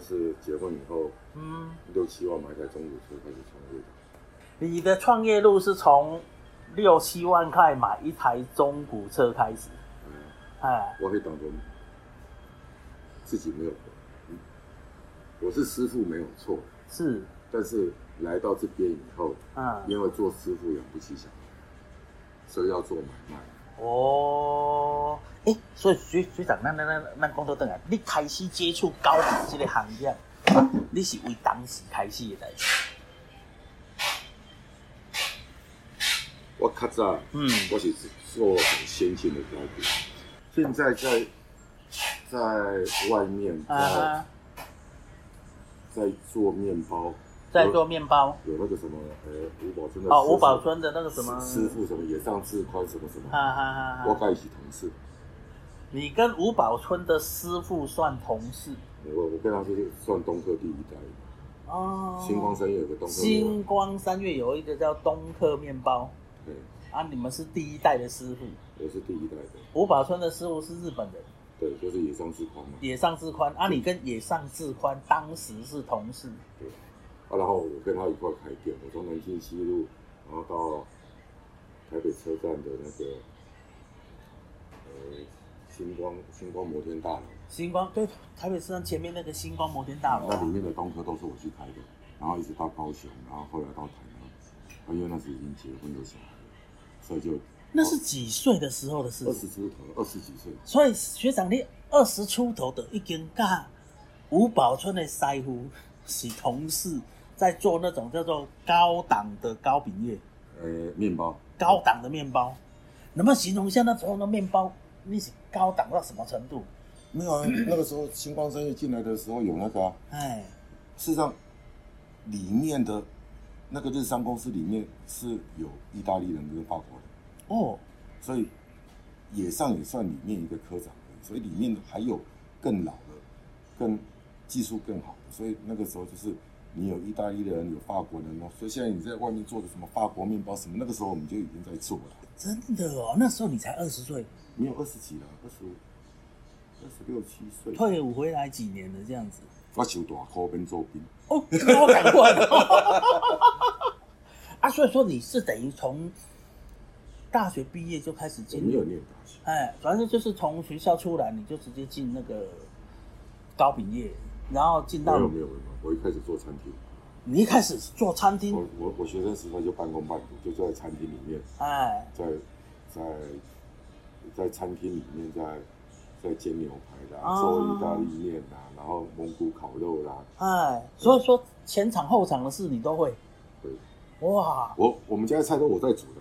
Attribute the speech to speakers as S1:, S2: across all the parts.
S1: 是结婚以后，6、7万买台中古车开始创业的。
S2: 你的创业路是从6、7万块买一台中古车开始。
S1: 我可以当中自己没有，我是师傅没有错，
S2: 是，
S1: 但是来到这边以后，因为做师傅养不起小孩，所以要做买卖。
S2: 哦，所以学长，咱讲到转来，你开始接触高尔这个行业，你是为当时开始的代志。
S1: 我较早，我是做很先进的糕饼，现在在外面在做面包。
S2: 在做面包，
S1: 有那个什么，吴宝春的
S2: 吴宝春的那个什么
S1: 师傅什么野上志宽什么什么，我跟他一起同事。
S2: 你跟吴宝春的师傅算同事？
S1: 我跟他是算东客第一代的。星光三月有个东客。
S2: 星光三月有一个叫东客面包。
S1: 对。
S2: 你们是第一代的师傅。
S1: 我是第一代的。
S2: 吴宝春的师傅是日本人。
S1: 对，就是野上志宽嘛。
S2: 野上志宽你跟野上志宽当时是同事。
S1: 对。然后我跟他一块开店，我从南京西路，然后到台北车站的那个星光摩天大楼。
S2: 星光对，台北车站前面那个星光摩天大楼。
S1: 那里面的东科都是我去开的，然后一直到高雄，然后后来到台南，因为那时已经结婚有小孩了，所以就。
S2: 那是几岁的时候的事情
S1: ？20出头，20几岁。
S2: 所以学长，你20出头的已经跟吴宝春的师傅是同事。在做那种叫做高档的糕饼业，
S1: 面包，
S2: 高档的面包，能不能形容一下那时候的面包，你是高档到什么程度？
S1: 没有啊，那个时候星光三月进来的时候有那个事实上里面的那个日商公司里面是有意大利人跟法国人，所以野上也算里面一个科长，所以里面还有更老的、更技术更好的，所以那个时候就是。你有意大利人，有法国人哦，所以现在你在外面做的什么法国面包什么，那个时候我们就已经在做了。
S2: 真的哦，那时候你才20岁？
S1: 没有20几了，26、7岁。
S2: 退伍回来几年了这样子？
S1: 我收大块变做兵。
S2: 好赶快所以说你是等于从大学毕业就开始进入？
S1: 我没有念大学。
S2: 反正就是从学校出来你就直接进那个糕饼业。然后进到
S1: 没有，我一开始做餐厅。
S2: 你一开始做餐厅？
S1: 我学生时代就半工半读，就在餐厅里面，在餐厅里面在煎牛排啦，做意大利面啦，然后蒙古烤肉啦，
S2: 所以说前场后场的事你都会。
S1: 对。
S2: 哇！
S1: 我们家的菜都我在煮的。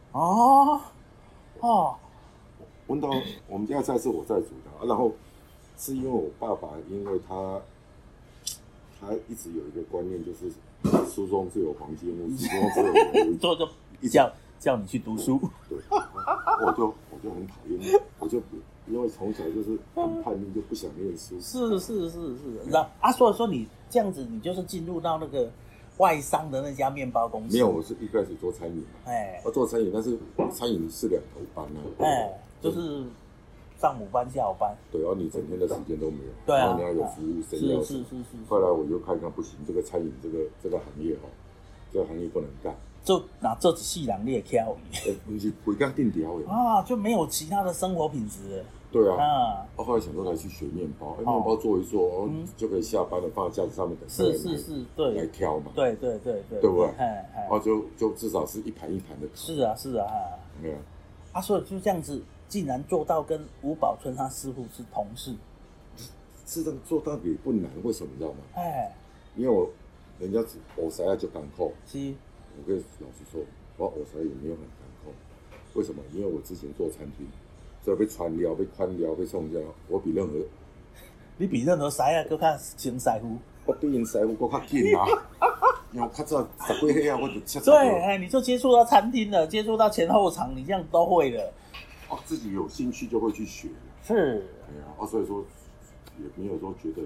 S1: 我们家的菜是我在煮的，然后是因为我爸爸，因为他一直有一个观念，就是书中自有黄金屋，书中自有黄金屋，
S2: 就叫你去读书。
S1: 对，我就很讨厌，我就因为从小就是很叛逆，就不想念书。
S2: 是，所以说你这样子，你就是进入到那个外商的那家面包公司。
S1: 没有，我是一开始做餐饮嘛，我做餐饮，但是餐饮是2头班啊，
S2: 就是上午班、下午班。对，
S1: 然后你整天的时间都没有。
S2: 对啊。
S1: 然后你要有服务生要。是。后来我就看不行，这个餐饮这个行业这个行业不能干。
S2: 这只4人你也挑伊。
S1: 不是规工定调的。
S2: 就没有其他的生活品质了。
S1: 对啊。后来想说来去学面包，面包做一做，就可以下班了，放在架子上面等客人
S2: 是，对。
S1: 来挑嘛。
S2: 对。对
S1: 不对？然后就至少是一盘一盘的。
S2: 是啊。
S1: 没有。
S2: 所以就这样子。竟然做到跟吴宝春他师傅是同事，
S1: 是的，做到也不难，为什么你知道吗？因为人家学师就艰苦，我跟老师说，我学师也没有很艰苦，为什么？因为我之前做餐厅，所以被传料、被宽料、被送料，你比
S2: 任何师更较精师傅，
S1: 我比因师傅更较紧啊。因为较早10几岁啊，我就切。
S2: 对，你就接触到餐厅了，接触到前後場，你这样都会了。
S1: 自己有兴趣就会去学。
S2: 是。
S1: 所以说也没有说觉得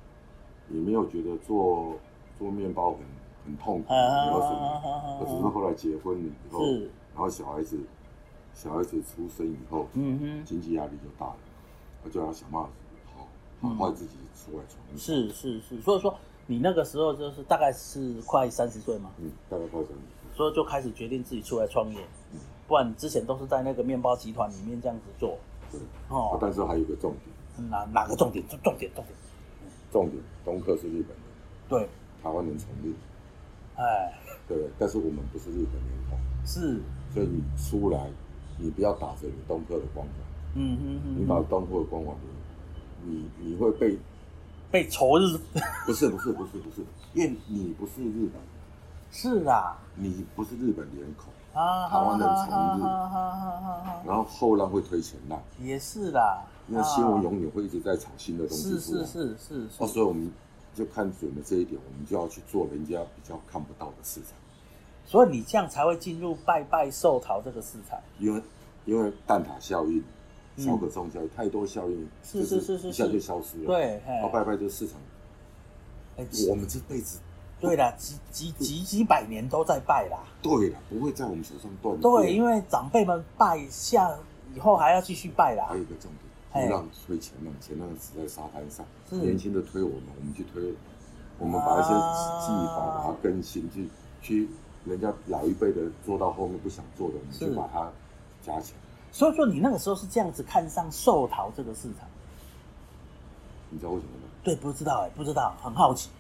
S1: 做面包很痛苦，没有什么。我只是后来结婚以后，然后小孩子出生以后，经济压力就大了，我就要想办法后来自己出来创业。
S2: 是，所以说你那个时候就是大概是快30岁嘛？
S1: 大概快30岁。
S2: 所以就开始决定自己出来创业。不然之前都是在那个面包集团里面这样子做。
S1: 对。但是还有一个重点。
S2: 哪个重点？重点。
S1: 东客是日本人。
S2: 对。
S1: 台湾人从日。对，但是我们不是日本脸孔。
S2: 是。
S1: 所以你出来，你不要打着你东客的光环。你打东客的光环，你会
S2: 被仇日。
S1: 不是，因为你不是日本。
S2: 是啦。
S1: 你不是日本脸孔。台湾人从日。然后后浪会推前浪。
S2: 也是啦。
S1: 因为新闻永远会一直在炒新的东西出来。
S2: 是。
S1: 所以我们就看准了这一点，我们就要去做人家比较看不到的市场。
S2: 所以你这样才会进入拜拜寿桃这个市场。
S1: 因为蛋挞效应、小可颂效应，太多效应，
S2: 是，
S1: 一下就消失了。
S2: 对，
S1: 然后拜拜这个市场，我们这辈子。
S2: 对啦，几百年都在拜啦。
S1: 对啦，不会在我们手上断。
S2: 对，因为长辈们拜下以后还要继续拜啦。
S1: 还有一个重点，后浪推前浪，前浪死在沙滩上，年轻的推我们去推，我们把一些技法把它更新，去人家老一辈的做到后面不想做的，我们就把它加强。
S2: 所以说你那个时候是这样子看上寿桃这个市场，
S1: 你知道为什么吗？
S2: 对，不知道，很好奇。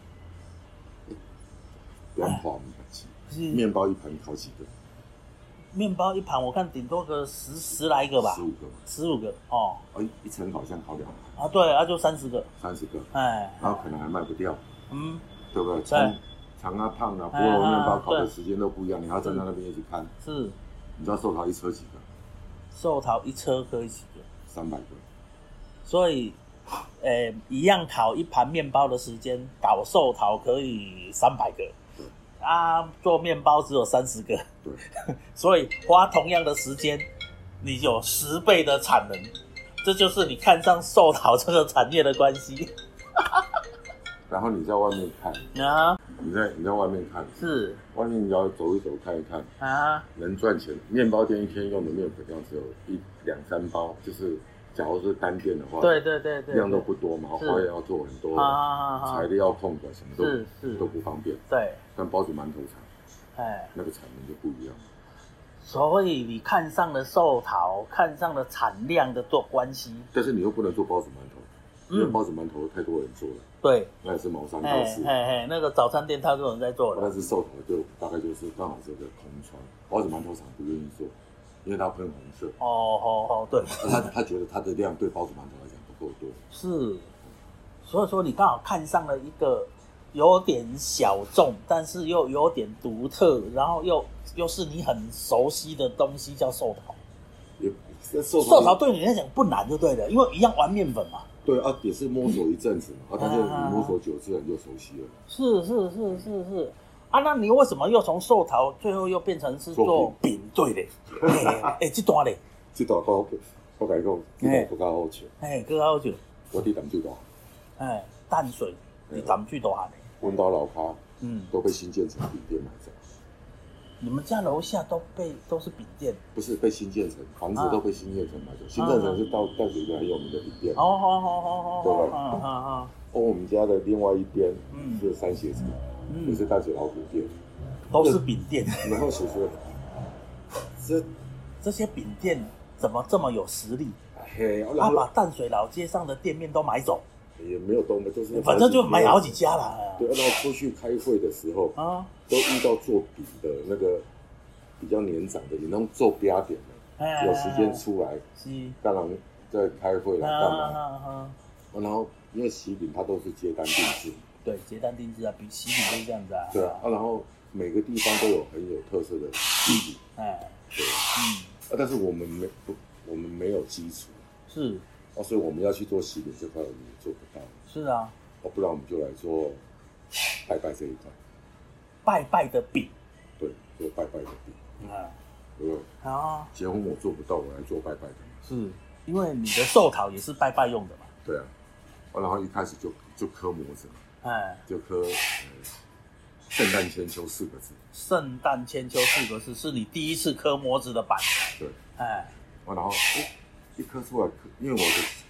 S1: 不要画我们很奇，面包一盘烤几个？
S2: 面包一盘我看顶多个十来个吧，15个哦。
S1: 一层好像烤2盘。
S2: 对，就30个。
S1: 30个，然后可能还卖不掉，对不对？长啊胖啊，菠萝面包烤的时间都不一样，你还要站在那边一直看。
S2: 是。
S1: 你知道寿桃一车几个？
S2: 寿桃一车可以几个
S1: ？300个。
S2: 所以，一样烤一盘面包的时间，搞寿桃可以300个。做面包只有30个。
S1: 对。
S2: 所以花同样的时间，你有10倍的产能，这就是你看上寿桃这个产业的关系。
S1: 然后你在外面看你在外面看，
S2: 是
S1: 外面你要走一走看一看能赚钱。面包店一天用的面粉量只有2-3包，就是假如是单店的话，对，量都不多嘛，花样要做很多，材料要控管，什么都不方便。
S2: 对，
S1: 但包子馒头厂，那个产能就不一样。
S2: 所以你看上了寿桃，看上了产量的做关系，
S1: 但是你又不能做包子馒头，因为包子馒头太多人做了。
S2: 对，
S1: 那也是茅山道士。
S2: 那个早餐店太多人在做了。
S1: 但是寿桃就大概就是刚好这个空窗，包子馒头厂不愿意做，因为它喷红色。
S2: 对。
S1: 他觉得它的量对包子馒头来讲不够多。
S2: 是，所以说你刚好看上了一个有点小众，但是又有点独特，然后又是你很熟悉的东西，叫寿桃。寿桃对你来讲不难就对了，因为一样玩面粉嘛。
S1: 对也是摸索一阵子嘛，但是你摸索久自然就熟悉了。
S2: 是。那你为什么又从寿桃最后又变成是做饼？对嘞，这段嘞，
S1: 这段我跟你讲，这段更加好笑。
S2: 更加好笑。
S1: 我伫淡水大汉。
S2: 淡水伫淡水大汉嘞。
S1: 阮家楼下，都被新建成饼店买走。
S2: 你们家楼下都是饼店？
S1: 不是被新建成，房子都被新建成买走。新建成是淡水一个很有名的饼店。对吧？我们家的另外一边是三协城，也是淡水老古店，
S2: 都是饼店。
S1: 然后其实
S2: 这些饼店怎么这么有实力？
S1: 他
S2: 把淡水老街上的店面都买走。
S1: 也没有都没，就是
S2: 反正就买好几家啦。
S1: 对，然后出去开会的时候都遇到做饼的那个比较年长的，也能做饼点的，有时间出来，当然在开会啦，干嘛？然后因为喜饼它都是接单定制，
S2: 对，接单定制比喜饼就是这样子啊。
S1: 对然后每个地方都有很有特色的喜饼，对，但是我们没有基础，
S2: 是。
S1: 所以我们要去做喜饼这块，我们也做不到。是啊。不然我们就来做拜拜这一块。
S2: 拜拜的饼。对，
S1: 做拜拜的饼。对不对？结婚我做不到，我来做拜拜的。
S2: 是，因为你的寿桃也是拜拜用的嘛。
S1: 对啊。然后一开始就刻模子嘛。就刻圣诞千秋4个字。圣诞千秋4个字是你第一次刻模子的版。对。然后一刻出来，因为我的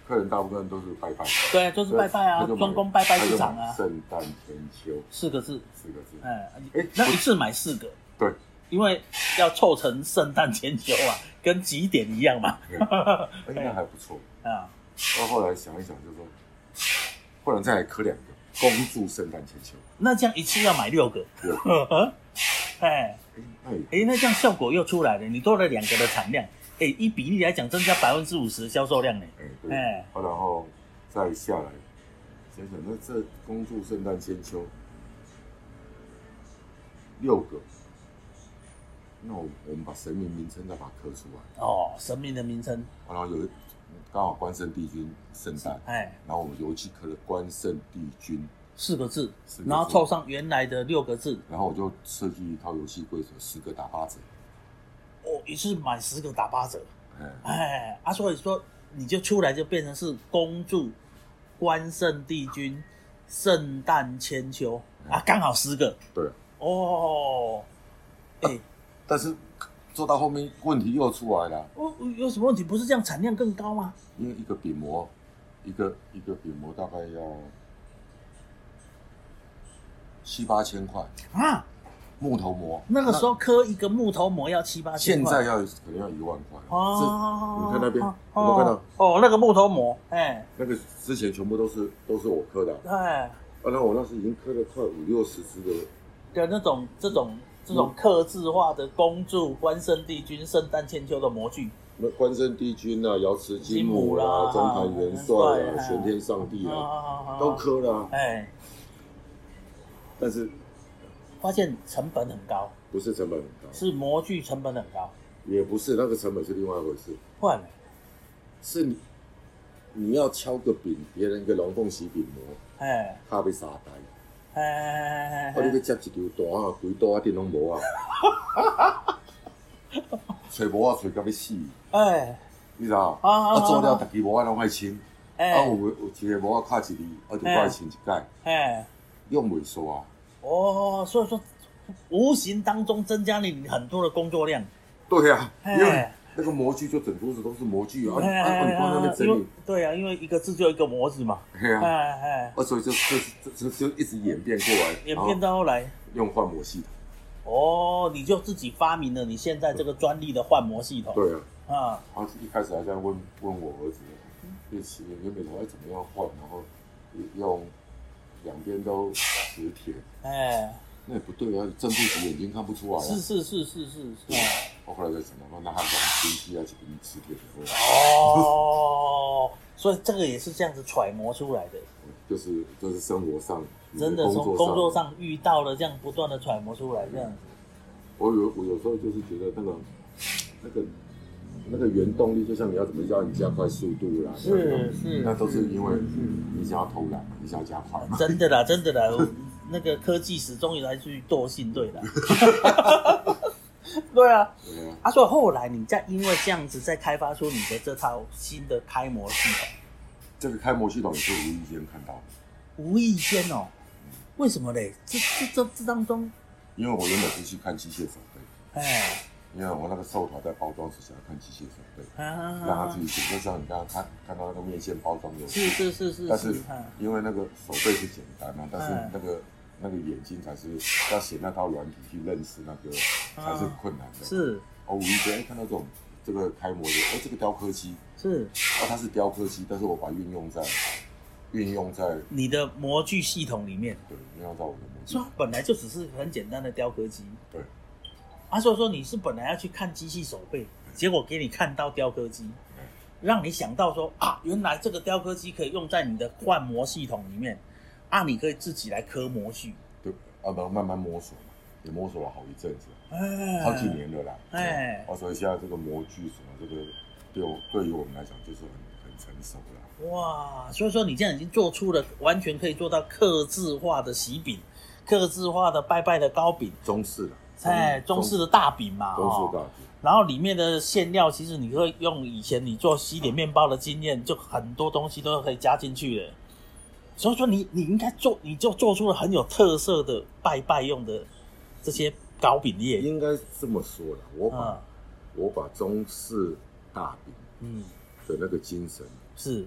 S1: 客人大部分都是拜拜。
S2: 对，就是拜拜啊，专攻拜拜市场啊。
S1: 圣诞千秋
S2: 4个字。
S1: 4个字。
S2: 那一次买4个。
S1: 对。
S2: 因为要凑成圣诞千秋啊，跟集点一样嘛。
S1: 应该还不错啊。到后来想一想，就说，不然再来刻2个，恭祝圣诞千秋。那
S2: 这样一次要买6个。那这样效果又出来了，你多了2个的产量，依比例来讲增加50%的销售量呢。
S1: 对。然后再下来，想想那这恭祝圣诞千秋6个。那我们把神明名称再把它刻出来。
S2: 神明的名称。
S1: 然后刚好关圣帝君圣诞，然后我们油漆刻了关圣帝君
S2: 4个字，然后凑上原来的6个字，
S1: 然后我就设计一套游戏规则，10个打8折。
S2: 一次买10个打8折。所以说你就出来就变成是恭祝关圣帝君圣诞千秋刚好10个。
S1: 对。但是做到后面问题又出来了。
S2: 有什么问题？不是这样产量更高吗？
S1: 因为一个饼模，一个饼模大概要7、8千块啊！木头模
S2: 那个时候刻一个木头模要7、8千块，
S1: 现在可能要1万块。你看那边有没有看到？
S2: 那个木头模，
S1: 那个之前全部都是我刻的。那我那时已经刻了快50、60只
S2: 的这种客制化的恭祝关圣帝君圣诞千秋的模具，
S1: 关圣帝君啊，瑶池金母啦，中坛元帅啊，玄天上帝啊，都刻了。但是
S2: 发现成本很高。
S1: 不是成本很高，
S2: 是模具成本很高。
S1: 也不是，那个成本是另外一回事。
S2: 换了，
S1: 是你要敲个饼，别人一个龙凤喜饼模，他被杀呆。你去接一条单啊，规单电拢无啊，找模啊找到要死。你知道？做了，大家模啊拢爱清，有一个模啊卡一字，就过来清一解，用袂煞。
S2: 所以说无形当中增加你很多的工作量。
S1: 对啊，因为那个模具就整桌子都是模具啊，你光那边整理。
S2: 对啊，因为一个字就一个模子嘛。
S1: 所以就一直演变过来，
S2: 演变到后来
S1: 用换模系统。
S2: 你就自己发明了你现在这个专利的换模系统。
S1: 对啊。然后一开始还在问我儿子，原本我要怎么样换，然后用2边都磁铁。那也不对啊，正负极眼睛看不出来啊。
S2: 是。
S1: 我后来在想，那他讲机器要去给你磁铁的。
S2: 所以这个也是这样子揣摩出来的。
S1: 就是生活上，
S2: 真的从工作上遇到了这样不断的揣摩出来这样子。
S1: 我有时候就是觉得那个原动力，就像你要怎么让你加快速度啦，
S2: 是，
S1: 那都是因为你想要偷懒，你想要加快。
S2: 真的啦。那个科技始终也来自于惰性，对的。对啊。所以后来你再因为这样子再开发出你的这套新的开模系统。
S1: 这个开模系统也是无意间看到的。
S2: 无意间哦？为什么嘞？这当中？
S1: 因为我原本是去看机械手背。因为我那个寿桃在包装时想要看机械手背，让他自己选。就像你刚刚看到那个面线包装的，
S2: 是。
S1: 但是因为那个手背是简单啊，但是那个眼睛才是要写那套软体去认识那个才是困难的。
S2: 是。
S1: 无意间看到这个开模的，这个雕刻机
S2: 是。
S1: 它是雕刻机，但是我把它运用在
S2: 你的模具系统里面。
S1: 对，运用在我的模具。
S2: 所以它本来就只是很简单的雕刻机。
S1: 对。
S2: 所以说你是本来要去看机器手背，结果给你看到雕刻机，让你想到说原来这个雕刻机可以用在你的换模系统里面，你可以自己来刻模具。
S1: 对，慢慢摸索嘛，也摸索了好一阵子，好几年了啦。所以现在这个模具什么这个对于我们来讲就是很成熟了。
S2: 哇，所以说你这样已经做出了完全可以做到客制化的喜饼，客制化的拜拜的糕饼，
S1: 中式的。
S2: 中式的大饼嘛，
S1: 中式大饼，
S2: 然后里面的馅料，其实你会用以前你做西点面包的经验，就很多东西都可以加进去了。所以说你应该你就做出了很有特色的拜用的这些糕饼业。
S1: 应该这么说啦，我把中式大饼的那个精神
S2: 是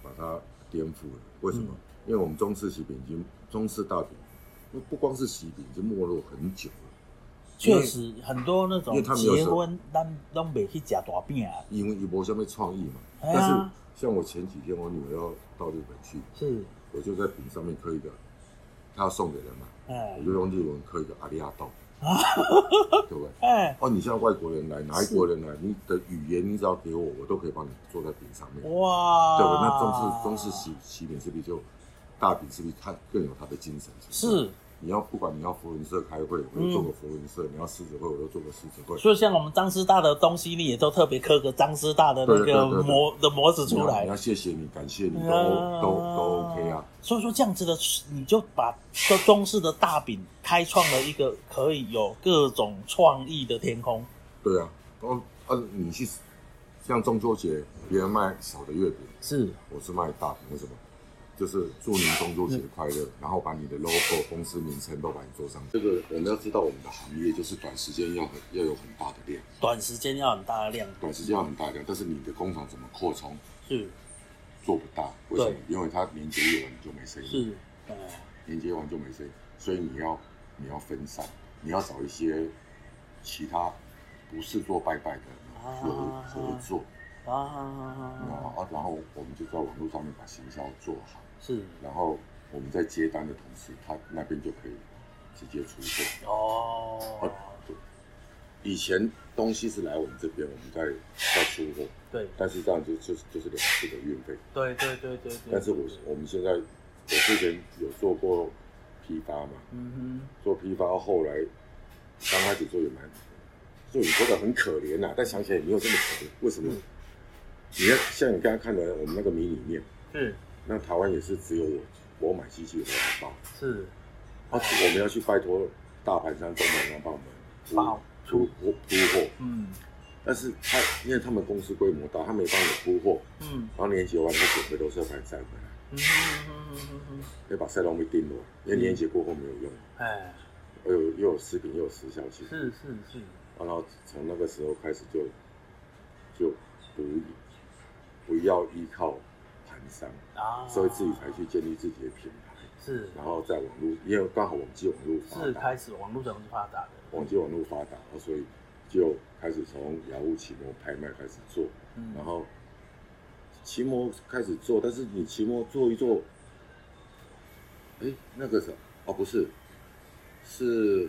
S1: 把它颠覆了。为什么？因为我们中式喜饼已经中式大饼，不光是喜饼，已经没落很久了。
S2: 确实，很多那种结婚，咱都没去吃大饼啊，
S1: 因为没什么创意嘛。但是像我前几天我女儿要到日本去，
S2: 是，
S1: 我就在饼上面刻一个，她要送给人嘛，我就用日文刻一个阿里阿豆，对不对？哦，你像外国人来，哪一国人来，你的语言你只要给我，我都可以帮你做在饼上面。哇，对不对？那中式喜饼是不是就大饼是不是它更有它的精神？
S2: 是。
S1: 不管你要福伦社开会，我就做个福伦社；你要狮子会，我就做个狮子会。
S2: 所以像我们张师大的东西，你也都特别刻个张师大的那个模子出来。
S1: 你要谢谢你，感谢你，都 OK 啊。
S2: 所以说这样子的，你就把中式的大饼开创了一个可以有各种创意的天空。
S1: 对啊，你去像中秋节，别人卖小的月饼，
S2: 是，
S1: 我是卖大饼，为什么？就是祝您中秋节快乐，然后把你的 logo、公司名称都把你做上去。这个我们要知道，我们的行业就是短时间要有很大的量，
S2: 短时间要很大的量，
S1: 但是你的工厂怎么扩充？
S2: 是
S1: 做不大，为什么？因为它年节一完就没生意，
S2: 是，
S1: 年节完就没生意，所以你要分散，你要找一些其他不是做拜拜的合作。然后我们就在网络上面把行销做好，
S2: 是，
S1: 然后我们在接单的同时，他那边就可以直接出货。对，以前东西是来我们这边，我们再出货，
S2: 对，
S1: 但是这样就是2次的运费，
S2: 对。
S1: 但是我们现在，我之前有做过批发嘛，做批发后来刚开始做也蛮，就你说的很可怜呐，但想起来也没有这么可怜，为什么？你看，像你刚刚看的我们那个迷你面，
S2: 是，
S1: 那台湾也是只有我买机器回来包，
S2: 是，
S1: 我们要去拜托大盘商、中盘商帮我们出货，但是因为他们公司规模大，他没帮你铺货，然后年节完他准备都是要把你载回来，要把塞隆被订落，因为年节过后没有用，又有食品又有时效性，
S2: 是，
S1: 然后从那个时候开始就不要依靠盘商所以自己才去建立自己的品牌，
S2: 是，
S1: 然后在网络，因为刚好网际网络发达，
S2: 是开始网络发达的，
S1: 网际网络发达，所以就开始从雅虎奇摩拍卖开始做，然后奇摩开始做，但是你奇摩做一做，那个不是，是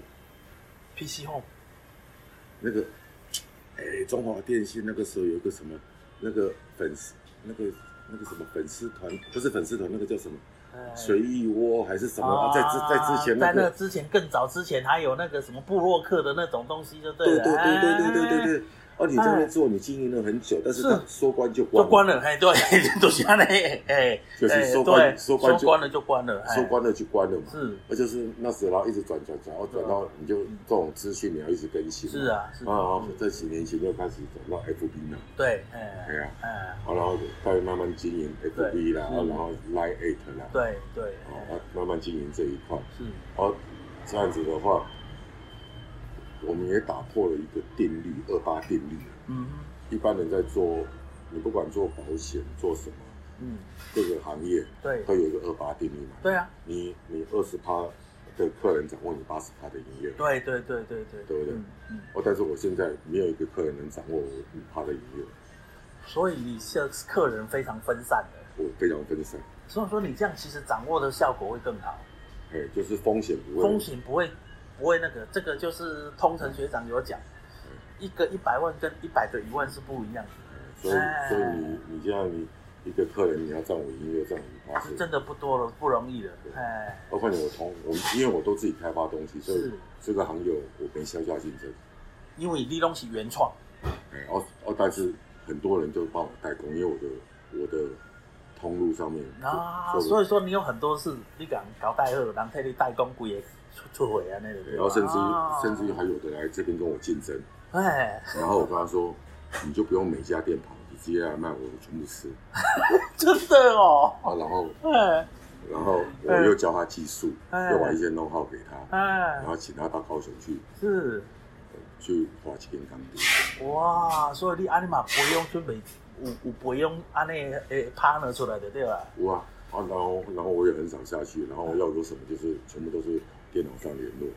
S2: PC Home，
S1: 那个中华电信那个时候有一个什么那个粉丝那个什么粉丝团，不是粉丝团，那个叫什么随意窝还是什么？在之前
S2: 在那之前更早之前还有那个什么部落客的那种东西，就对了。
S1: 对。你在那做，你经营了很久，但是它说关就
S2: 关了，对，就是那
S1: 就是说
S2: 关了就关了，
S1: 说关了就关了嘛。
S2: 是，
S1: 而就是那时候然后一直转，然后转到你就这种资讯你要一直更新。
S2: 是啊，
S1: 在几年前就开始转到 FB 了。
S2: 对，
S1: 然后再慢慢经营 FB 啦，然后 Line@ 啦。
S2: 对，
S1: 慢慢经营这一块。
S2: 是，
S1: 这样子的话。我们也打破了一个定律，28定律。一般人在做，你不管做保险做什么，各个行业
S2: 对
S1: 都有一个28定律嘛。
S2: 对啊，
S1: 你20%的客人掌握你80%的营业额。
S2: 对，
S1: 对不对？但是我现在没有一个客人能掌握我5%的营业额。所
S2: 以你是客人非常分散的。
S1: 我非常分散。
S2: 所以说你这样其实掌握的效果会更好。
S1: 就是风险
S2: 不会那个，这个就是通成学长有讲，一个100万跟100个1万是不一样的。
S1: 所以你这样一个客人你要占我营业额占5%，
S2: 是真的不多了，不容易了。
S1: 包括因为我都自己开发东西，所以这个行业我没销价竞争。
S2: 因为你东西原创。
S1: 但是很多人就帮我代工，因为我的通路上面
S2: 所以说你有很多是你搞代货，人替你代工贵的。出回啊，那个，
S1: 然后甚至于还有的来这边跟我竞争，然后我跟他说，你就不用每家店跑，你直接来卖我全部吃，
S2: 真的哦。
S1: 然后我又教他技术，又把一些 know how 给他，然后请他到高雄去画几片钢钉。
S2: 哇，所以你嘛不用准备有培养安尼的 partner 出来的对吧？
S1: 有啊，然后我也很少下去，然后要有什么就是全部都是电脑上联络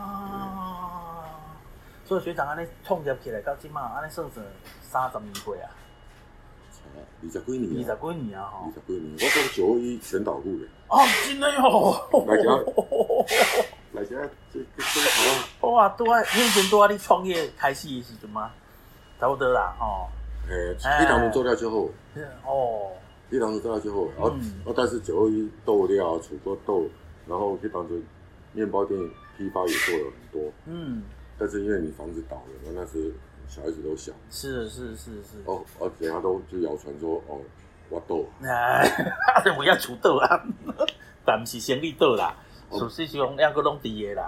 S2: 所以学长安尼创业起来到即马安尼算是30年过啊
S1: ，20几年啊
S2: ，20几年啊吼
S1: ，20几年，我做921全导户的。
S2: 真的哦！
S1: 来遮这头
S2: 哇，拄啊，迄阵拄啊，你创业开始的时阵吗？差不多啦，吼。
S1: 你当初做了就好。你当初做了就好。但是921豆料、楚国豆，然后去当初面包店批发也做了很多。但是因为你房子倒了，那时小孩子都小。
S2: 是。
S1: 等下都就谣传说我倒。
S2: 我要出倒啊，但不是生理倒啦，事实上还佫拢伫的啦。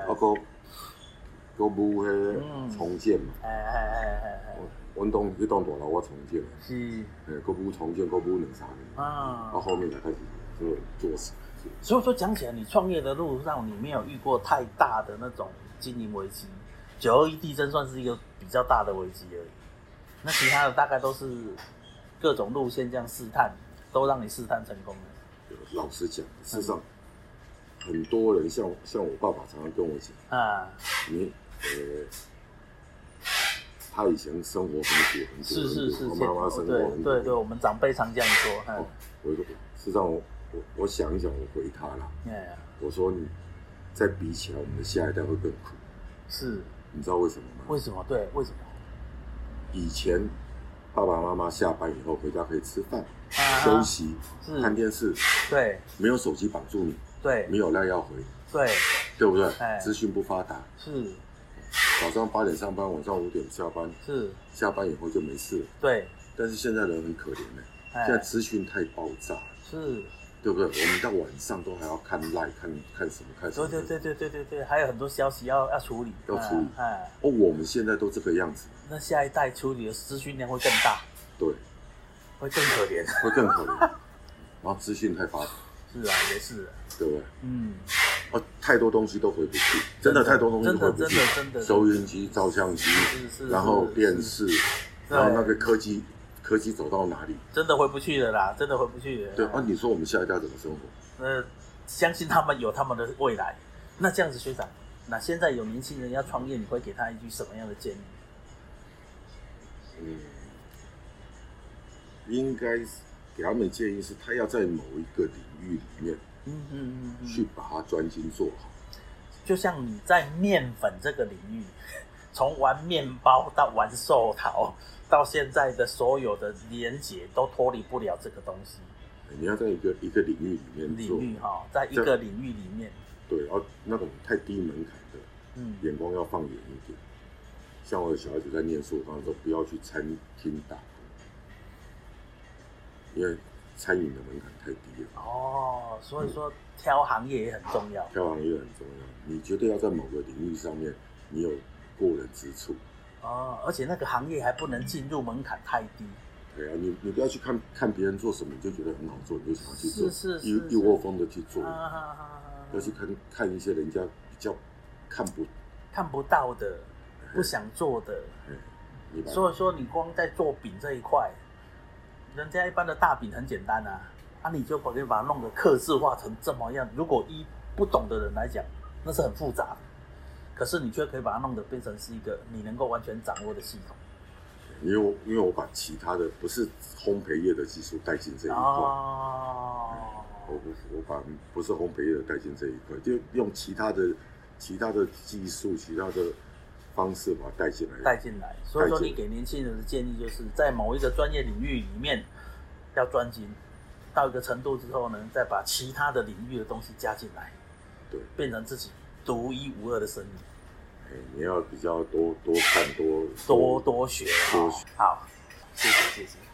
S1: 佫舞迄重建嘛。阮当去当大楼，我重建。
S2: 是。
S1: 佫舞重建，佫舞2、3年。后面才开始做事。
S2: 所以说讲起来，你创业的路上，你没有遇过太大的那种经营危机。921地震算是一个比较大的危机而已，那其他的大概都是各种路线这样试探，都让你试探成功了。
S1: 老实讲，事实上，很多人像我爸爸常常跟我讲他以前生活很苦，
S2: 是，
S1: 我妈妈生活很苦，
S2: 对，我们长辈常这样说。
S1: 事实上我想一想，我回他了。我说你再比起来，我们的下一代会更苦。
S2: 是。
S1: 你知道为什么吗？
S2: 为什么？对，为什么？
S1: 以前爸爸妈妈下班以后回家可以吃饭、休息、看电视，
S2: 对，
S1: 没有手机绑住你，
S2: 对，
S1: 没有赖要回，对不对？资讯不发达，
S2: 是。
S1: 早上8点上班，晚上5点下班，是。下班以后就没事了，
S2: 对。
S1: 但是现在人很可怜现在资讯太爆炸了，是。对不对？我们到晚上都还要看赖，看什么？
S2: 对，还有很多消息要处理，
S1: 我们现在都这个样子，
S2: 那下一代处理的资讯量会更大，
S1: 对，
S2: 会更可怜，
S1: 然后资讯太发达，
S2: 是啊，也是，
S1: 对不对？太多东西都回不去，真的太多东西都回不去，
S2: 真的，
S1: 收音机、照相机，然后电视，然后那个科技走到哪里？
S2: 真的回不去了啦，真的回不去了。
S1: 对你说我们下一代怎么生活？
S2: 相信他们有他们的未来。那这样子，学长，那现在有年轻人要创业，你会给他一句什么样的建议？
S1: 应该给他们建议是，他要在某一个领域里面，去把它专精做好。
S2: 就像你在面粉这个领域，从玩面包到玩寿桃。到现在的所有的连结都脱离不了这个东西。
S1: 你要在一个领域里面做。
S2: 在一个领域里面。
S1: 对，那种太低门槛的，眼光要放远一点。像我的小孩子在念书，我刚刚说不要去餐厅打工，因为餐饮的门槛太低了。
S2: 所以说挑行业也很重要。
S1: 你绝对要在某个领域上面，你有过人之处。
S2: 而且那个行业还不能进入门槛太低。
S1: 对啊，你不要去看别人做什么，你就觉得很好做，你就想要去做，
S2: 是
S1: 一窝蜂的去做。要去看一些人家比较看不到的、不想做的。所以说，你光在做饼这一块，人家一般的大饼很简单你就可以把它弄得客制化成这么样。如果依不懂的人来讲，那是很复杂的。可是你却可以把它弄得变成是一个你能够完全掌握的系统。 因为我把其他的不是烘焙业的技术带进这一块。我把不是烘焙业的带进这一块，就用其他的技术、其他的方式把它带进来。所以说，你给年轻人的建议就是在某一个专业领域里面要专精，到一个程度之后呢，再把其他的领域的东西加进来，对，变成自己独一无二的生命。你要比较多看多学。好，谢谢。